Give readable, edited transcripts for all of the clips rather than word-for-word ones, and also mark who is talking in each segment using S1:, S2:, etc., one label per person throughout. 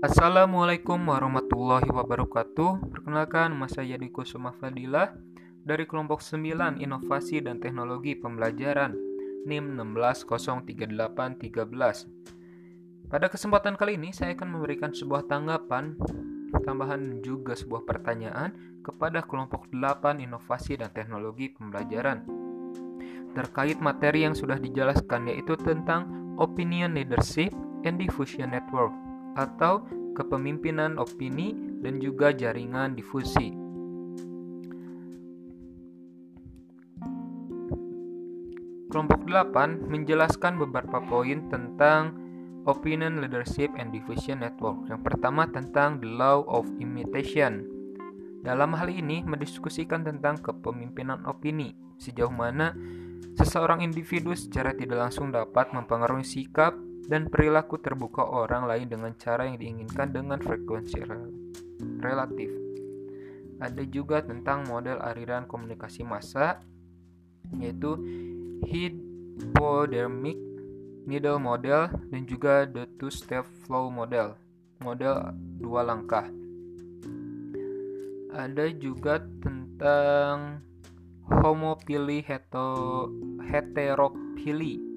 S1: Assalamualaikum warahmatullahi wabarakatuh. Perkenalkan, nama saya Diko Sumafadilah dari kelompok 9 Inovasi dan Teknologi Pembelajaran NIM 1603813. Pada kesempatan kali ini saya akan memberikan sebuah tanggapan, tambahan juga sebuah pertanyaan kepada kelompok 8 Inovasi dan Teknologi Pembelajaran terkait materi yang sudah dijelaskan, yaitu tentang Opinion Leadership and Diffusion Network atau kepemimpinan opini dan juga jaringan difusi. Kelompok 8 menjelaskan beberapa poin tentang Opinion Leadership and Diffusion Network. Yang pertama tentang the law of imitation. Dalam hal ini mendiskusikan tentang kepemimpinan opini, sejauh mana seseorang individu secara tidak langsung dapat mempengaruhi sikap dan perilaku terbuka orang lain dengan cara yang diinginkan dengan frekuensi relatif. Ada juga tentang model aliran komunikasi massa, yaitu hypodermic needle model dan juga the two-step flow model, model dua langkah. Ada juga tentang homopili heteropili,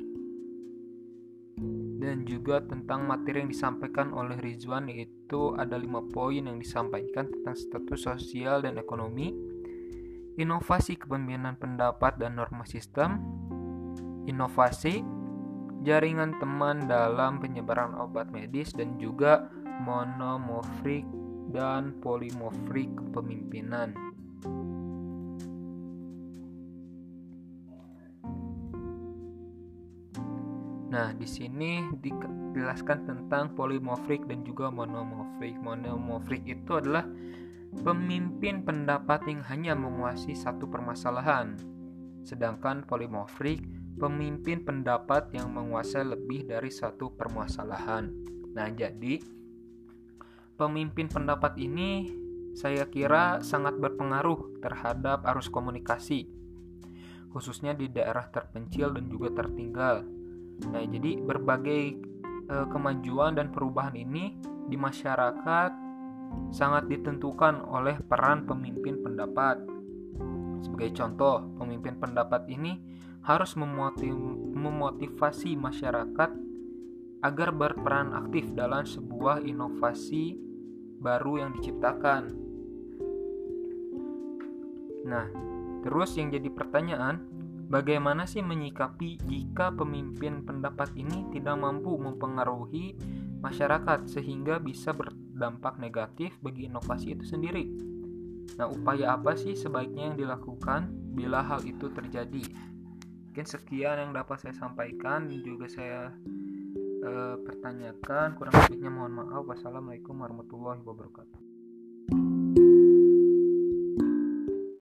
S1: dan juga tentang materi yang disampaikan oleh Rizwan, yaitu ada 5 poin yang disampaikan tentang status sosial dan ekonomi, inovasi kepemimpinan pendapat dan norma sistem, inovasi, jaringan teman dalam penyebaran obat medis, dan juga monomorfik dan polimorfik kepemimpinan. Nah, di sini dijelaskan tentang polimorfik dan juga monomorfik. Monomorfik itu adalah pemimpin pendapat yang hanya menguasai satu permasalahan. Sedangkan polimorfik, pemimpin pendapat yang menguasai lebih dari satu permasalahan. Nah, jadi pemimpin pendapat ini saya kira sangat berpengaruh terhadap arus komunikasi, khususnya di daerah terpencil dan juga tertinggal. Nah, jadi berbagai kemajuan dan perubahan ini di masyarakat sangat ditentukan oleh peran pemimpin pendapat. Sebagai contoh, pemimpin pendapat ini harus memotivasi masyarakat agar berperan aktif dalam sebuah inovasi baru yang diciptakan. Nah, terus yang jadi pertanyaan, bagaimana sih menyikapi jika pemimpin pendapat ini tidak mampu mempengaruhi masyarakat sehingga bisa berdampak negatif bagi inovasi itu sendiri? Nah, upaya apa sih sebaiknya yang dilakukan bila hal itu terjadi? Mungkin sekian yang dapat saya sampaikan dan juga saya pertanyakan. Kurang lebihnya mohon maaf. Wassalamualaikum warahmatullahi wabarakatuh.